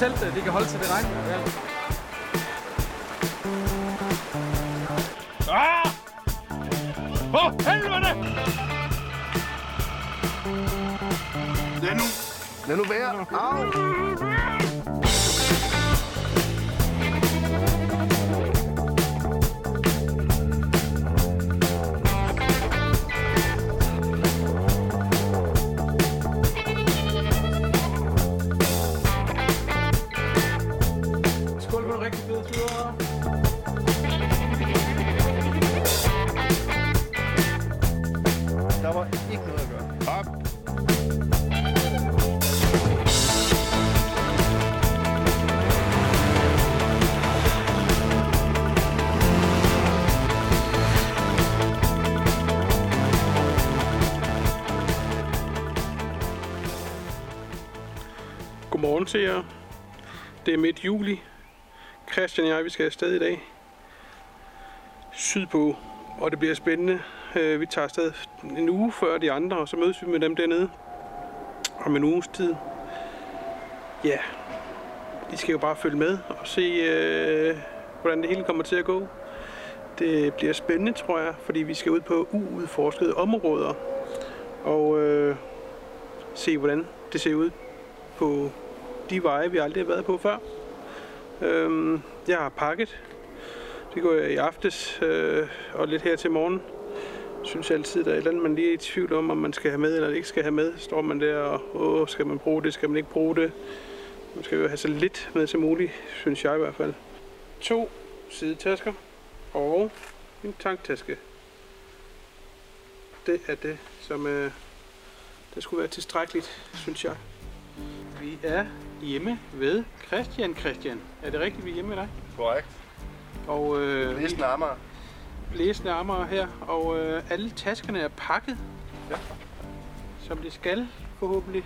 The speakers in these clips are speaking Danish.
teltet, de kan holde sig ved regn. Ja. Ah! For helvede! Lad nu være. Au! Skål på en rigtig fed tur. Der var ikke noget at gøre. Op! Godmorgen til jer. Det er midt juli. Christian og jeg, vi skal afsted i dag. Sydpå. Og det bliver spændende. Vi tager afsted en uge før de andre, og så mødes vi med dem dernede. Om en uges tid. Ja. De skal jo bare følge med og se, hvordan det hele kommer til at gå. Det bliver spændende, tror jeg, fordi vi skal ud på uudforskede områder. Og se, hvordan det ser ud på de veje, vi aldrig har været på før. Jeg har pakket. Det går jeg i aftes og lidt her til morgen. Jeg synes altid, der er et eller andet, man lige er i tvivl om man skal have med eller ikke skal have med. Står man der og, skal man bruge det, skal man ikke bruge det. Man skal jo have så lidt med som muligt, synes jeg i hvert fald. 2 sidetasker og en tanktaske. Det er det, som det skulle være tilstrækkeligt, synes jeg. Vi er hjemme ved Christian. Er det rigtigt, vi er hjemme med dig? Korrekt. Og Blæsende Amager. Blæsende Amager her, og alle taskerne er pakket. Ja. Som de skal, forhåbentlig.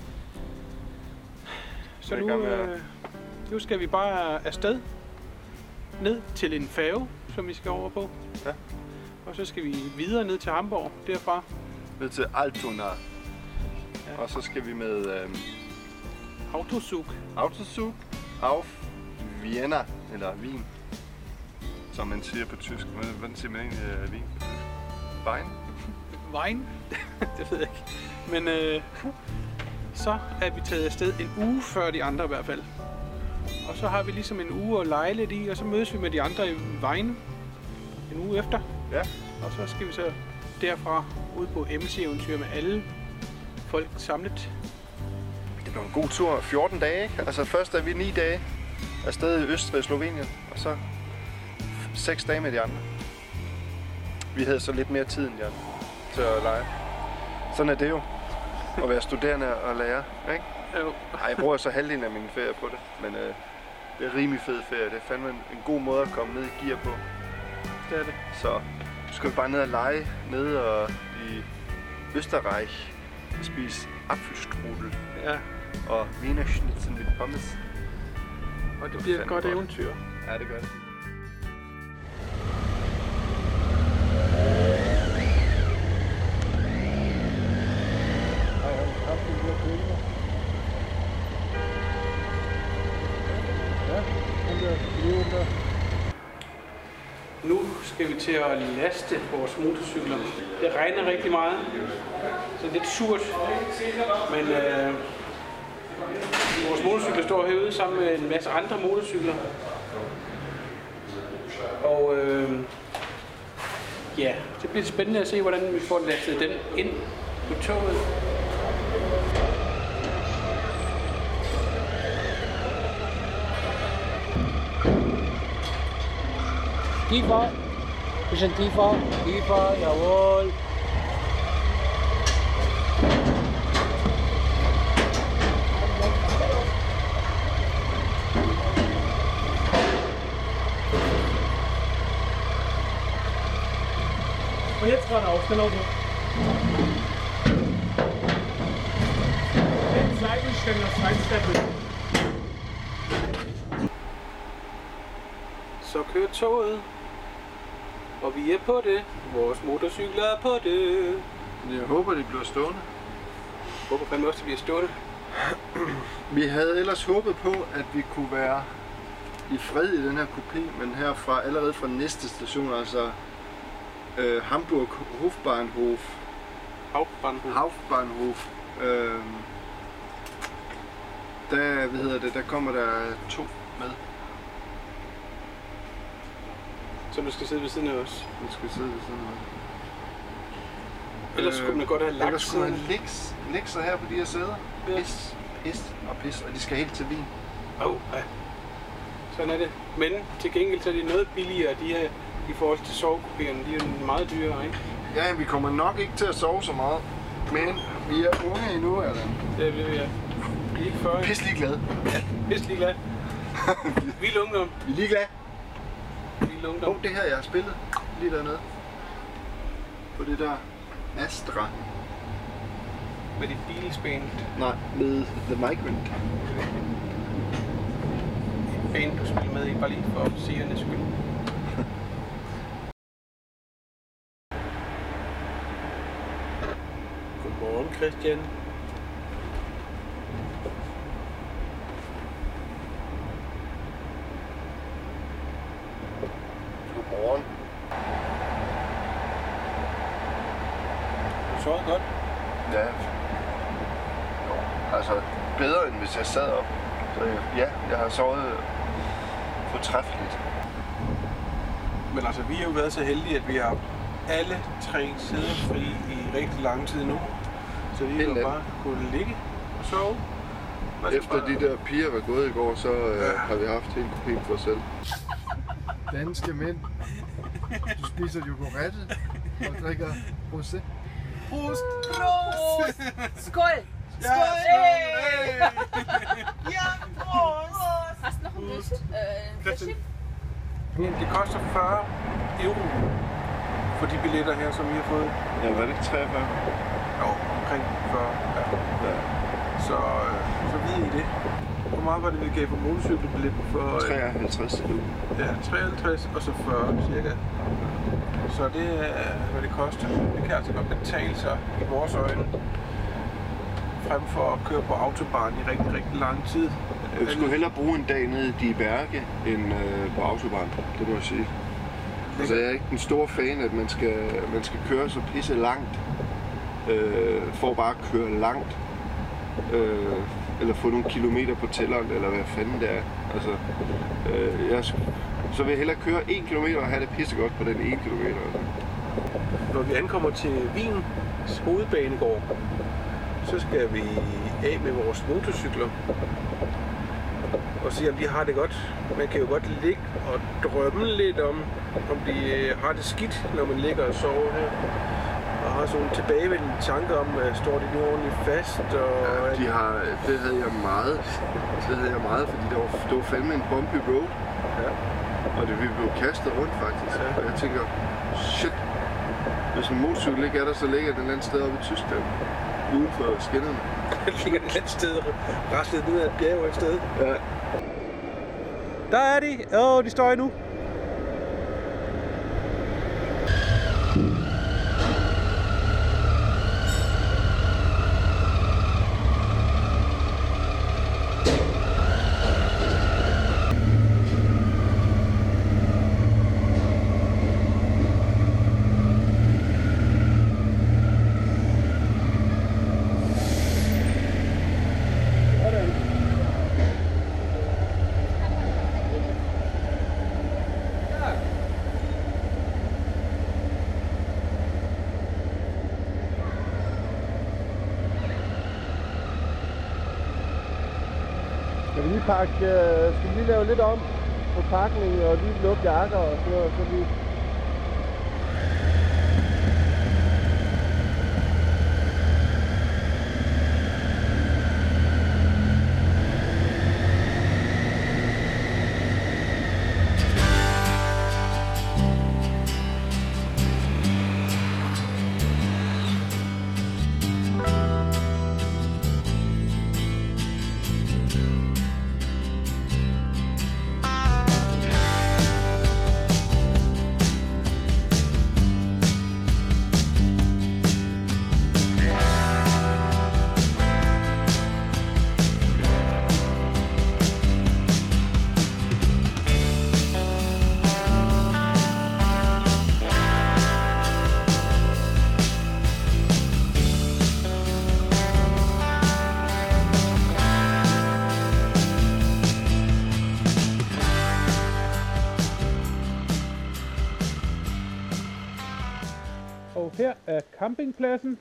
Så nu skal vi bare afsted. Ned til en færge, som vi skal over på. Ja. Og så skal vi videre ned til Hamburg derfra. Ned til Altona. Ja. Og så skal vi med Autozug. Autozug auf Vienna, eller Wien, som man siger på tysk. Hvordan siger man egentlig Wien på tysk? Wein? Wein? Det ved jeg ikke. Men så er vi taget afsted en uge før de andre i hvert fald. Og så har vi ligesom en uge at lege lidt i, og så mødes vi med de andre i Wein en uge efter. Ja. Og så skal vi så derfra ud på MC-eventyr med alle folk samlet. Det blev en god tur. 14 dage, ikke? Altså først er vi 9 dage afsted i Østrig og Slovenien, og så 6 dage med de andre. Vi havde så lidt mere tid end de andre til at lege. Sådan er det jo. At være studerende og lærer, ikke? Jo. Ej, jeg bruger så halvdelen af min ferie på det, men det er rimelig fed ferie. Det er fandme en god måde at komme ned i gear på. Det er det. Så du skal bare ned og lege nede i Österreich og spise Apfelstrudel Ja. og Wiener Schnitzel med pommes. Og det bliver et godt eventyr. Ja, det gør det. Nu skal vi til at laste vores motorcykler. Det regner rigtig meget, så det er lidt surt, men vores motorcykler står herude sammen med en masse andre motorcykler. Og ja, det bliver spændende at se, hvordan vi får lastet den ind på toget. Tiefer, bisschen tiefer, tiefer, jawohl. Und jetzt geradeaus, genau so. Den Seitenständer, Sidesteppel. Så kører toget, og vi er på det. Vores motorcykler er på det. Jeg håber, de bliver stående. Jeg håber fandme også, at vi er stående. Vi havde ellers håbet på, at vi kunne være i fred i den her kupé, men allerede fra næste station, altså Hamburg Hofbahnhof, der kommer der 2 med. Så du skal sidde ved siden af os? Du skal sidde ved siden af os. Ellers skulle man godt have lagt ellers skulle man lægge sig her på de her sæder. Ja. Pis, og de skal helt til Wien. Ja. Sådan er det. Men til gengæld så er det noget billigere, de her, i forhold til sovekupéerne. De er meget dyrere, ikke? Ja, vi kommer nok ikke til at sove så meget. Men vi er unge endnu, Allan. Det ved jeg. Vi er ikke 40. Pis ligeglade. Ja, pis ligeglade. Vild ungdom. Vi er ligeglade. Vild ungdom. Det her, jeg har spillet lige dernede. På det der Astra. Med dit Beatles-band. Nej, med The Migrant. Band, du spiller med i, bare lige for seernes skyld. Godmorgen, Christian. Godmorgen. Du sover godt? Ja. Jo, altså bedre end hvis jeg sad op. Så ja, jeg har sovet fortræffeligt. Men altså, vi har jo været så heldige, at vi har alle 3 sæder fri i rigtig lang tid nu. Så vi har bare kunnet ligge og sove. Efter de der piger var gået i går, så har vi haft en kopien for os selv. Danske mænd. Du spiser yoghurette og drikker rosé. Prost! Prost! Skål! Ja, Skål! hey! Ja, Prost! Hast du noch ein Lust? Ein Fläschchen? Det koster 40 euro for de billetter her, som vi har fået. Ja, var det ikke 43? Jo, omkring 40. Ja. Så ved I det. Hvor meget var det, vi gav for motorcykelbilletten for? 53 nu. Ja, 53 og så 40 cirka. Så det er, hvad det koster. Det kan altså godt betale sig i vores øjne, frem for at køre på autobahn i rigtig, rigtig lang tid. Jeg skulle hellere bruge en dag nede i Die Berge end på autobahn, det må jeg sige. Altså, jeg er ikke den store fan, at man skal køre så pisse langt, for bare at køre langt, eller få nogle kilometer på tælleren, eller hvad fanden det er. Altså, så vil jeg hellere køre 1 kilometer og have det pisse godt på den 1 kilometer. Altså. Når vi ankommer til Wiens hovedbanegård, så skal vi af med vores motorcykler og se, om de har det godt. Man kan jo godt ligge og drømme lidt om de har det skidt, når man ligger og sover her. Og har sådan nogle tilbagevendende tanker om, står de nu ordentligt fast? Og ja, det havde jeg meget. Fordi det var fandme en bumpy road. Ja. Og vi blev kastet rundt faktisk. Ja. Og jeg tænker, shit, hvis en motorcykel ikke er der, så ligger den et eller andet sted oppe i Tyskland. Uden for skinnerne. Den ligger et eller andet sted, raslet ned ad et bjerg et sted. Ja. Der er de! De står endnu. Skal vi lige lave lidt om på pakningen og lige lukke jakker og sådan noget, så vi her er campingpladsen.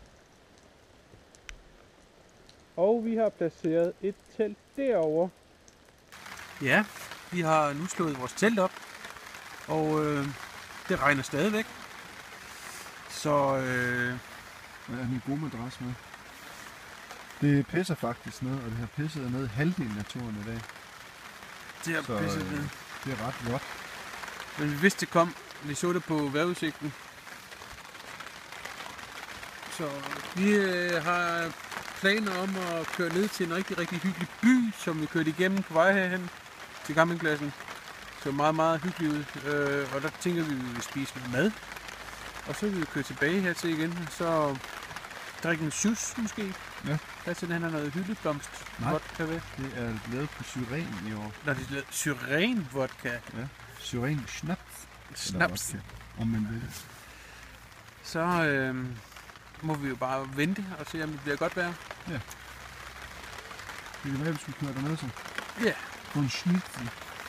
Og vi har placeret et telt derovre. Ja, vi har nu slået vores telt op. Og det regner stadigvæk. Så Jeg har min gode madras med. Det pisser faktisk ned, og det har pisset ned halvdelen af turen i dag. det er pisset ned. Det er ret vådt. Men vi vidste det kom. Vi så det på vejrudsigten. Så vi har planer om at køre ned til en rigtig, rigtig hyggelig by, som vi kørte igennem på vej herhen til campingpladsen. Det så meget, meget hyggeligt ud. Og der tænker vi, at vi vil spise noget mad. Og så vil vi køre tilbage hertil igen. Så drikke en jus måske. Ja. Der til den her noget hyldeblomst. Nej. Vodka ved. Det er lavet på syren i år. Når det er lavet syren vodka. Ja. Syren snaps. Snaps. Om man vil. Så må vi jo bare vente og se, om det bliver godt vejr. Ja. Det kan være, hvis vi kører dernede så. Ja. På en schnitzel.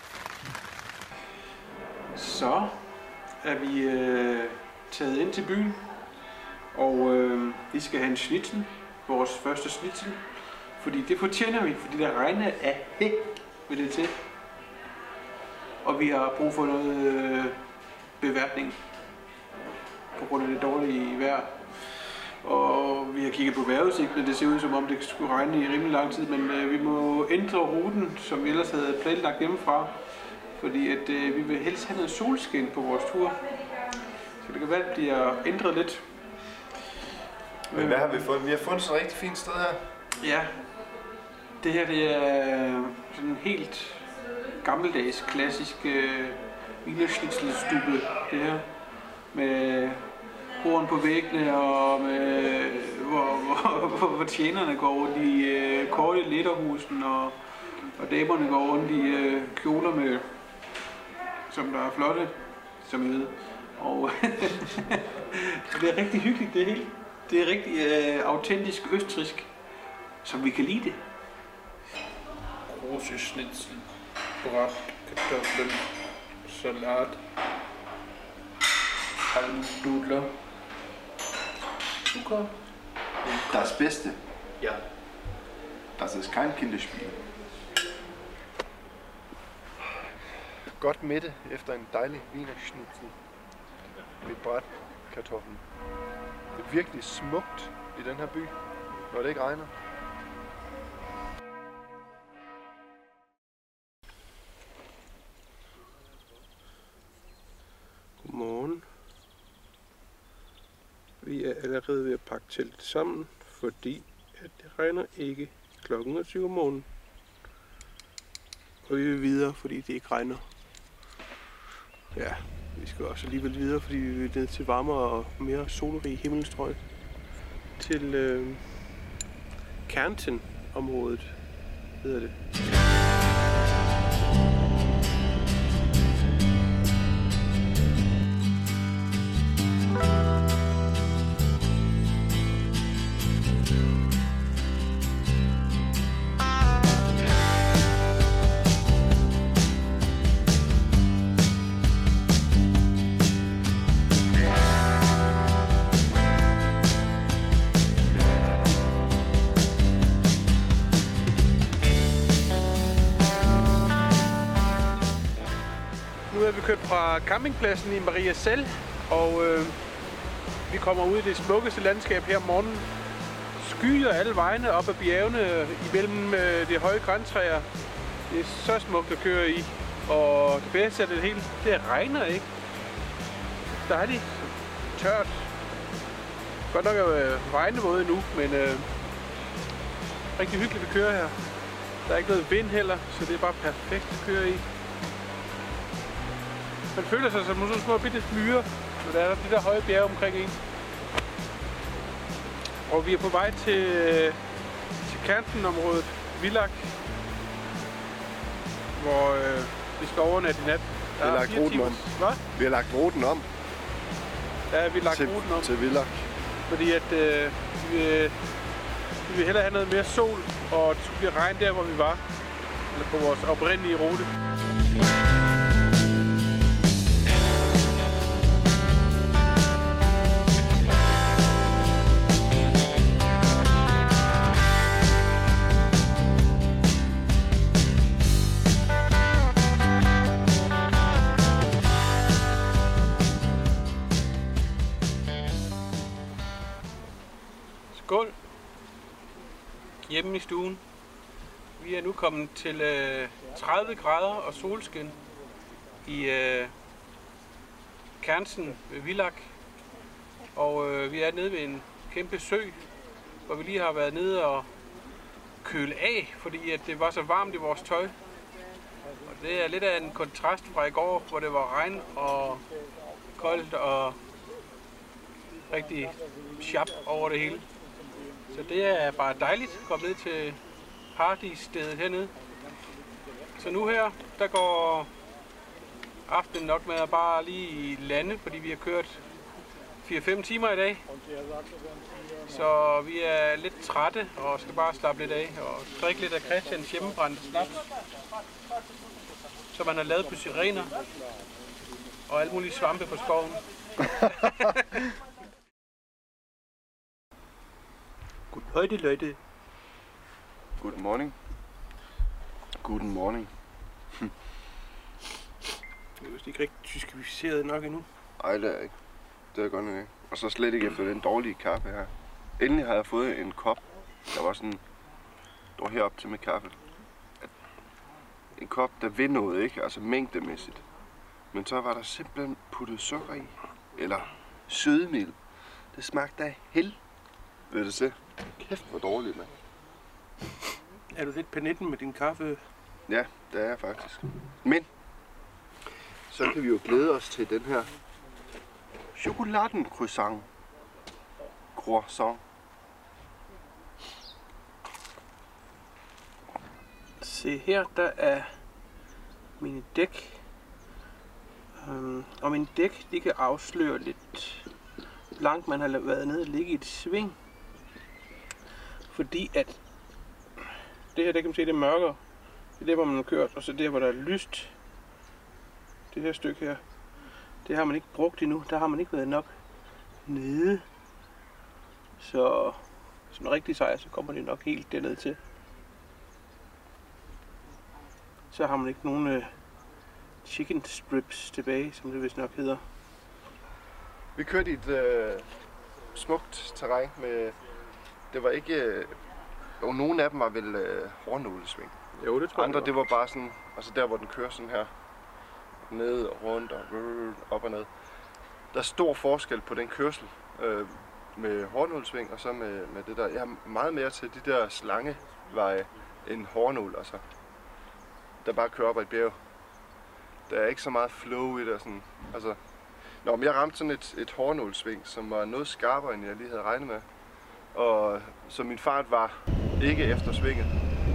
Så er vi taget ind til byen, og vi skal have en schnitzel, vores første schnitzel, fordi det fortjener vi, fordi der regner af hæk ved det til. Og vi har brug for noget beværtning på grund af det dårlige vejr. Og vi har kigget på vejrudsigten, og det ser ud som om det skulle regne i rimelig lang tid, men vi må ændre ruten, som vi ellers havde planlagt hjemmefra, fordi at vi vil helst have noget solskin på vores tur. Så det kan være, at det bliver ændret lidt. Men hvad har vi fundet? Vi har fundet sådan et rigtig fint sted her. Ja, det her det er sådan en helt gammeldags, klassisk wienerschnitzelstube, det her. Med horn på væggene, og med, hvor tjenerne går rundt i korte læderhusen, og damerne går rundt i kjoler med, som der er flotte, som I ved. Og det er rigtig hyggeligt, det hele. Det er rigtig autentisk østrigsk, som vi kan lide det. Große Schnitzel, Bratkartoffeln, Salat, Almdudler, Zucker. Das Beste. Ja. Das ist kein Kinderspiel. Godt mætte efter en dejlig wienerschnitzel med bratkartoflen. Det er virkelig smukt i den her by, når det ikke regner. Godmorgen. Vi er allerede ved at pakke teltet sammen, fordi at det regner ikke klokken er 7 om morgenen. Og vi vil videre, fordi det ikke regner. Ja, vi skal også alligevel videre, fordi vi vil ned til varmere og mere solrig himmelstrøg. Til Kärnten-området hedder det. Nu er vi kørt fra campingpladsen i Mariazell, og vi kommer ud i det smukkeste landskab her om morgenen. Skyer alle vejene op ad bjergene imellem de høje grantræer. Det er så smukt at køre i, og det bedste af det hele, det regner ikke. Der er det tørt. Godt nok er vejene våde nu, men rigtig hyggeligt at køre her. Der er ikke noget vind heller, så det er bare perfekt at køre i. Man føler sig som nogle små bitte myrer, når der er de der høje bjerge omkring en. Og vi er på vej til Kärnten-området, Villach, hvor vi skal overnatte i nat. Vi har lagt ruten om. Hvad? Vi har lagt ruten om. Ja, vi har lagt ruten om. Til Villach. Fordi at vi vil hellere have noget mere sol, og det skulle blive regn der, hvor vi var. Eller på vores oprindelige rute. hjemme i stuen. Vi er nu kommet til 30 grader og solskin i Kernsen ved Villach. Og vi er nede ved en kæmpe sø, hvor vi lige har været nede og køle af, fordi at det var så varmt i vores tøj. Og det er lidt af en kontrast fra i går, hvor det var regn og koldt og rigtig sjap over det hele. Så det er bare dejligt at komme ned til paradisstedet hernede. Så nu her, der går aftenen nok med at bare lige lande, fordi vi har kørt 4-5 timer i dag. Så vi er lidt trætte og skal bare slappe lidt af og drikke lidt af Christians hjemmebrændte snaps, som man har lavet på sirener og alle mulige svampe på skoven. Godmorgen, Leute. Good morning. Good morning. Det er vist ikke rigtig tyskificeret nok endnu. Ej, det er ikke. Det er godt nok ikke. Og så slet ikke efter den dårlige kaffe her. Endelig har jeg fået en kop, der var sådan, der var herop til med kaffe. En kop, der vil noget, ikke? Altså mængdemæssigt. Men så var der simpelthen puttet sukker i. Eller sødemiddel. Det smagte af hel. Vil du se? Kæft, hvor dårligt, mand. Er du lidt på netten med din kaffe? Ja, det er jeg faktisk. Men, så kan vi jo glæde os til den her chokoladen-croissant. Se her, der er mine dæk. Og mine dæk, de kan afsløre lidt langt man har været nede og ligge i et sving. Fordi at det her, der kan man se, det er mørkere. Det er der, hvor man har kørt, og så der, hvor der er lyst. Det her stykke her, det har man ikke brugt endnu. Der har man ikke været nok nede. Så som en rigtig sejr, så kommer det nok helt dernede til. Så har man ikke nogen chicken strips tilbage, som det vist nok hedder. Vi kørte i et smukt terræn med, det var ikke, og nogle af dem var vel hårnålesving. Jo, det tror andre, jeg. det var bare sådan, altså der hvor den kører sådan her, ned og rundt og op og ned. Der er stor forskel på den kørsel med hårnålesving og så med det der. Jeg har meget mere til de der slangeveje end hårnål, altså. Der bare kører op ad et bjerg. Der er ikke så meget flow i det, sådan, altså. Nå, men jeg ramte sådan et hårnålsving, som var noget skarpere, end jeg lige havde regnet med. Og så min fart var ikke efter svinget.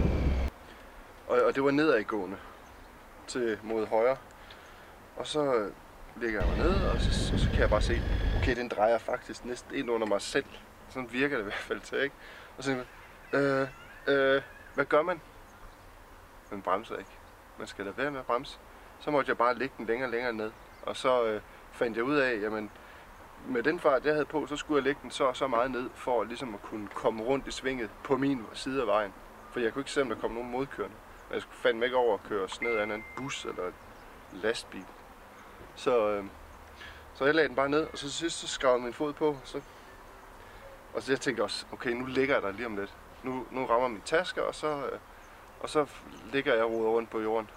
Og det var nedadgående mod højre. Og så ligger jeg mig ned, og så kan jeg bare se, okay, den drejer faktisk næsten ind under mig selv. Sådan virker det i hvert fald til, ikke? Og så hvad gør man? Man bremser ikke. Man skal lade være med at bremse. Så måtte jeg bare lægge den længere og længere ned. Og så fandt jeg ud af, jamen, med den fart, jeg havde på, så skulle jeg lægge den så meget ned, for ligesom at kunne komme rundt i svinget på min side af vejen. For jeg kunne ikke se, om der kom nogen modkørende. Jeg skulle fandme ikke over at køre ned af en bus eller en lastbil. Så jeg lagde den bare ned, og så til sidst så skrev min fod på. Og så jeg tænkte også, okay, nu ligger jeg der lige om lidt. Nu rammer min taske, og så ligger jeg og roder rundt på jorden.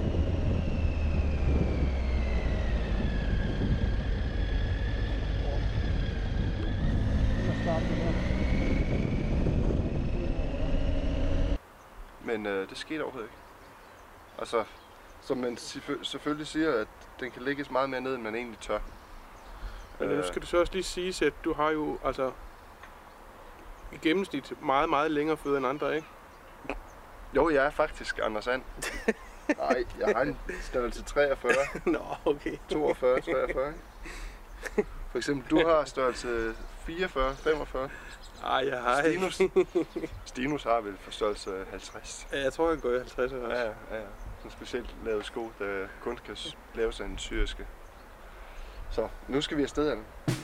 Men det skete overhovedet ikke. Altså, som man selvfølgelig siger, at den kan lægges meget mere ned, end man egentlig tør. Men nu skal det så også lige siges, at du har jo altså i gennemsnit meget, meget længere fødder end andre, ikke? Jo, jeg er faktisk Anders And. Nej, jeg har en størrelse 43. Nå, okay. 42, 43. For eksempel, du har størrelse 44, 45. Ej, jeg har Stinus har vel for størrelse 50. Ja, jeg tror, jeg går i 50 også. Ja. Sådan specielt lavet sko, der kun kan laves af en syriske. Så, nu skal vi afsted, Anne.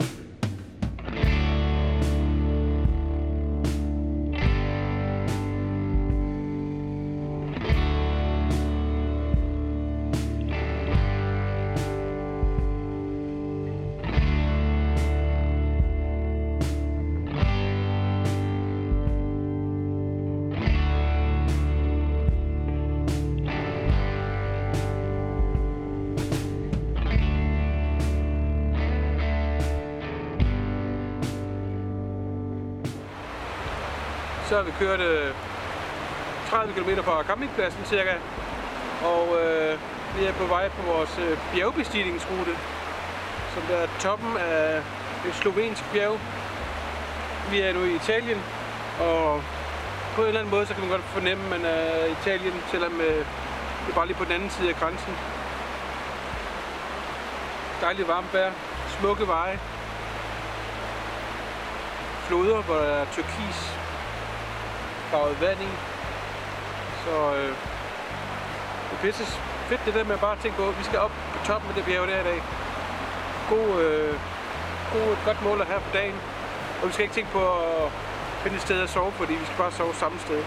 Så har vi kørt 30 km fra campingpladsen cirka. Og vi er på vej på vores bjergbestigningsrute, som er toppen af et slovensk bjerg. Vi er nu i Italien, og på en eller anden måde så kan man godt fornemme, at man er i Italien, selvom det er bare lige på den anden side af grænsen. Dejligt varmt vejr, smukke veje, floder, hvor der er turkis farvet vand i. Så det er pisse fedt det der med at bare tænke på, at vi skal op på toppen af det bjerg der i dag. Et godt mål at have på dagen. Og vi skal ikke tænke på at finde et sted at sove, fordi vi skal bare sove samme sted.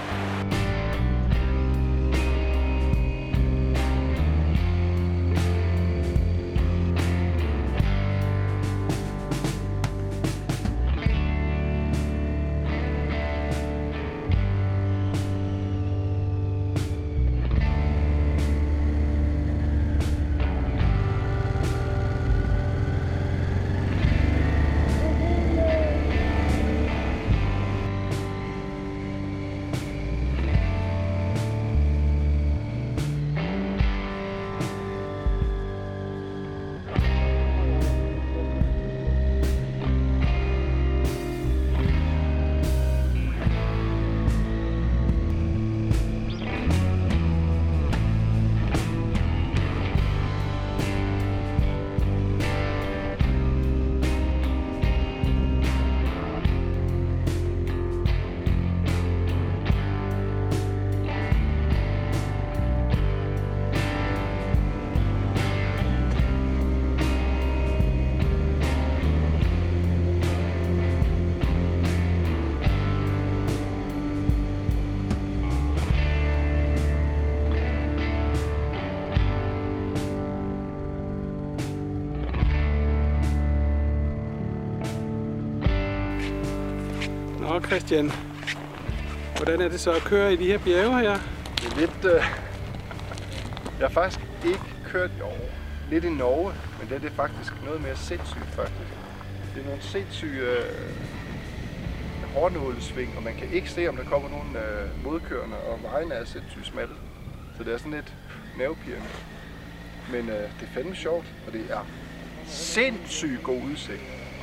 Nå Christian, hvordan er det så at køre i de her bjerge her? Det er lidt... Jeg har faktisk ikke kørt lidt i Norge, men det er faktisk noget mere sindssygt faktisk. Det er nogle sindssyge hårdnålesving, og man kan ikke se, om der kommer nogen modkørende, og vejene er sindssygt smalle. Så det er sådan lidt nervepirrende. Men det er fandme sjovt, og det er sindssygt god udsigt.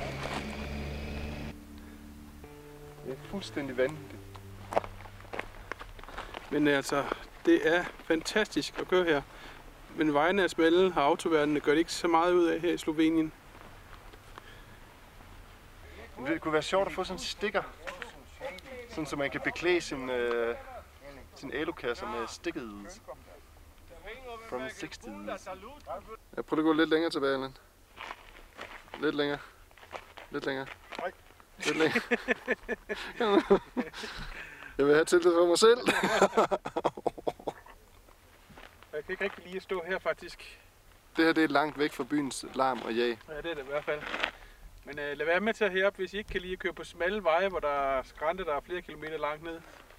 Det er fuldstændig vanvittigt. Men altså, det er fantastisk at køre her. Men vejene er smalle, og autoverdenen gør det ikke så meget ud af her i Slovenien. Det kunne være sjovt at få sådan en sticker, sådan så man kan beklæde sin alukasser med stickers from the 60's. Jeg prøver at gå lidt længere tilbage, Allan. Lidt længere. Lidt længere. Lidt længere. Jeg vil have tiltet for mig selv. Jeg kan ikke rigtig lide at stå her faktisk. Det her det er langt væk fra byens larm og jag. Ja, det er det i hvert fald. Men lad være med til at heroppe, hvis I ikke kan lide at køre på smalle veje, hvor der er skrænte, der er flere kilometer langt ned.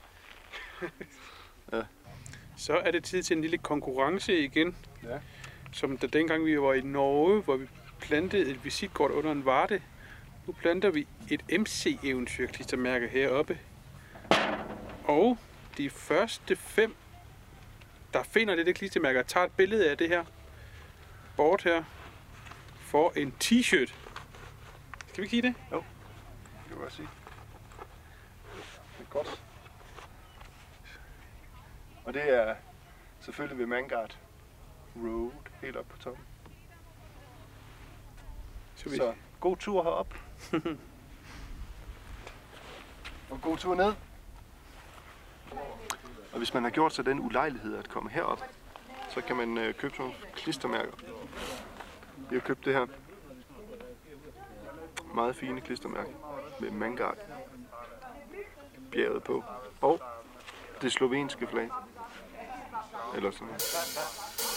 Ja. Så er det tid til en lille konkurrence igen. Ja. Som da dengang vi var i Norge, hvor vi plantede et visitkort under en varte. Nu planter vi et MC-eventyr-klistermærke heroppe. Og de første 5, der finder det klistermærke og tager et billede af det her board her, får en t-shirt. Skal vi ikke sige det? Jo, det kan jeg godt sige. Det er godt. Og det er selvfølgelig ved Mangard Road, helt op på toppen. Så god tur herop. Og god tur ned. Og hvis man har gjort sig den ulejlighed at komme herop, så kan man købe sådan nogle klistermærker. Vi har købt det her meget fine klistermærke med Mangard bjerget på. Og det slovenske flag. Eller sådan noget.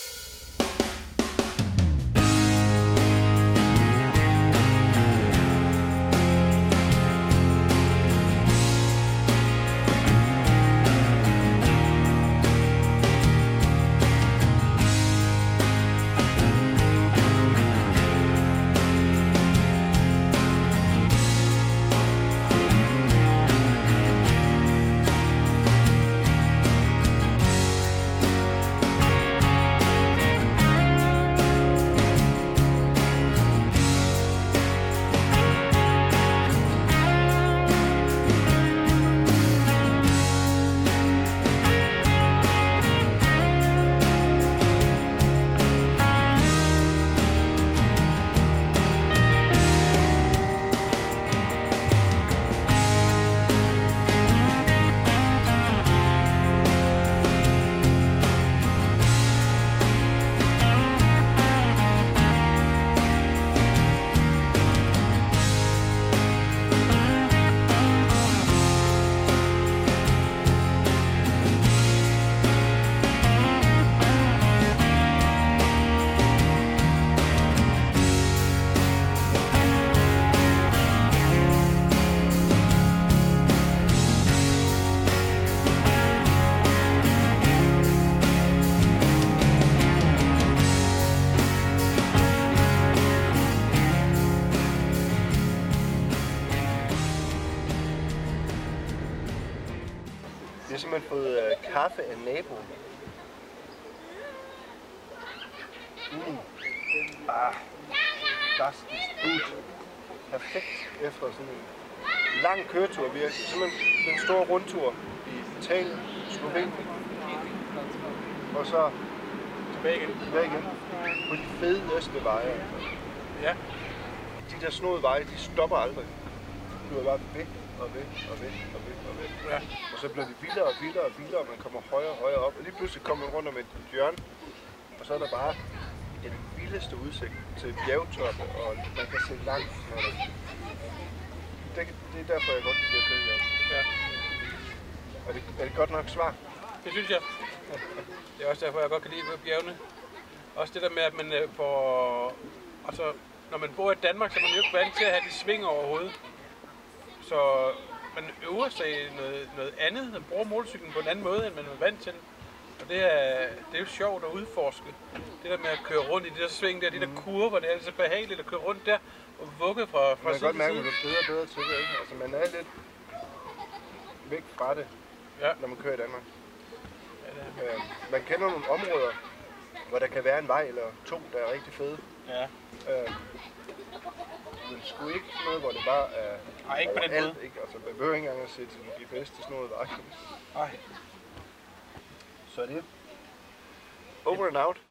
kaffe af naboen. Das ist gut. Perfekt efter sådan en lang køretur. Vi er simpelthen en stor rundtur i Italien, Slovenien. Og så tilbage igen. På de fedeste veje. Ja. De der snodede veje, de stopper aldrig. Du er bare væk og væk. Ja. Og så bliver det vildere og vildere, og man kommer højere og højere op. Og lige pludselig kommer man rundt om et hjørne, og så er der bare den vildeste udsigt til bjergtoppe, og man kan se langt. Det er derfor, jeg godt kan lide at køre her. Ja. Er det godt nok svar? Det synes jeg. Det er også derfor, jeg godt kan lide at gå bjergene. Også det der med, at man får... Altså, når man bor i Danmark, så er man jo ikke vant til at have de sving overhovedet. Så man øver sig i noget andet, og bruger motorcyklen på en anden måde, end man er vant til. Og det er jo sjovt at udforske. Det der med at køre rundt i de der sving der, de der kurver, det er så behageligt at køre rundt der og vugge fra side til side. Man kan godt mærke, at man bliver bedre til det, ikke? Altså, man er lidt væk fra det, når man kører i Danmark. Man kender nogle områder, hvor der kan være en vej eller to, der er rigtig fede. Ja. Men sgu ikke noget, hvor det bare er... Nej, ikke på den måde. Ikke? Altså, man behøver ikke engang at se til de bedste snodede veje. Nej. Så er det over and out.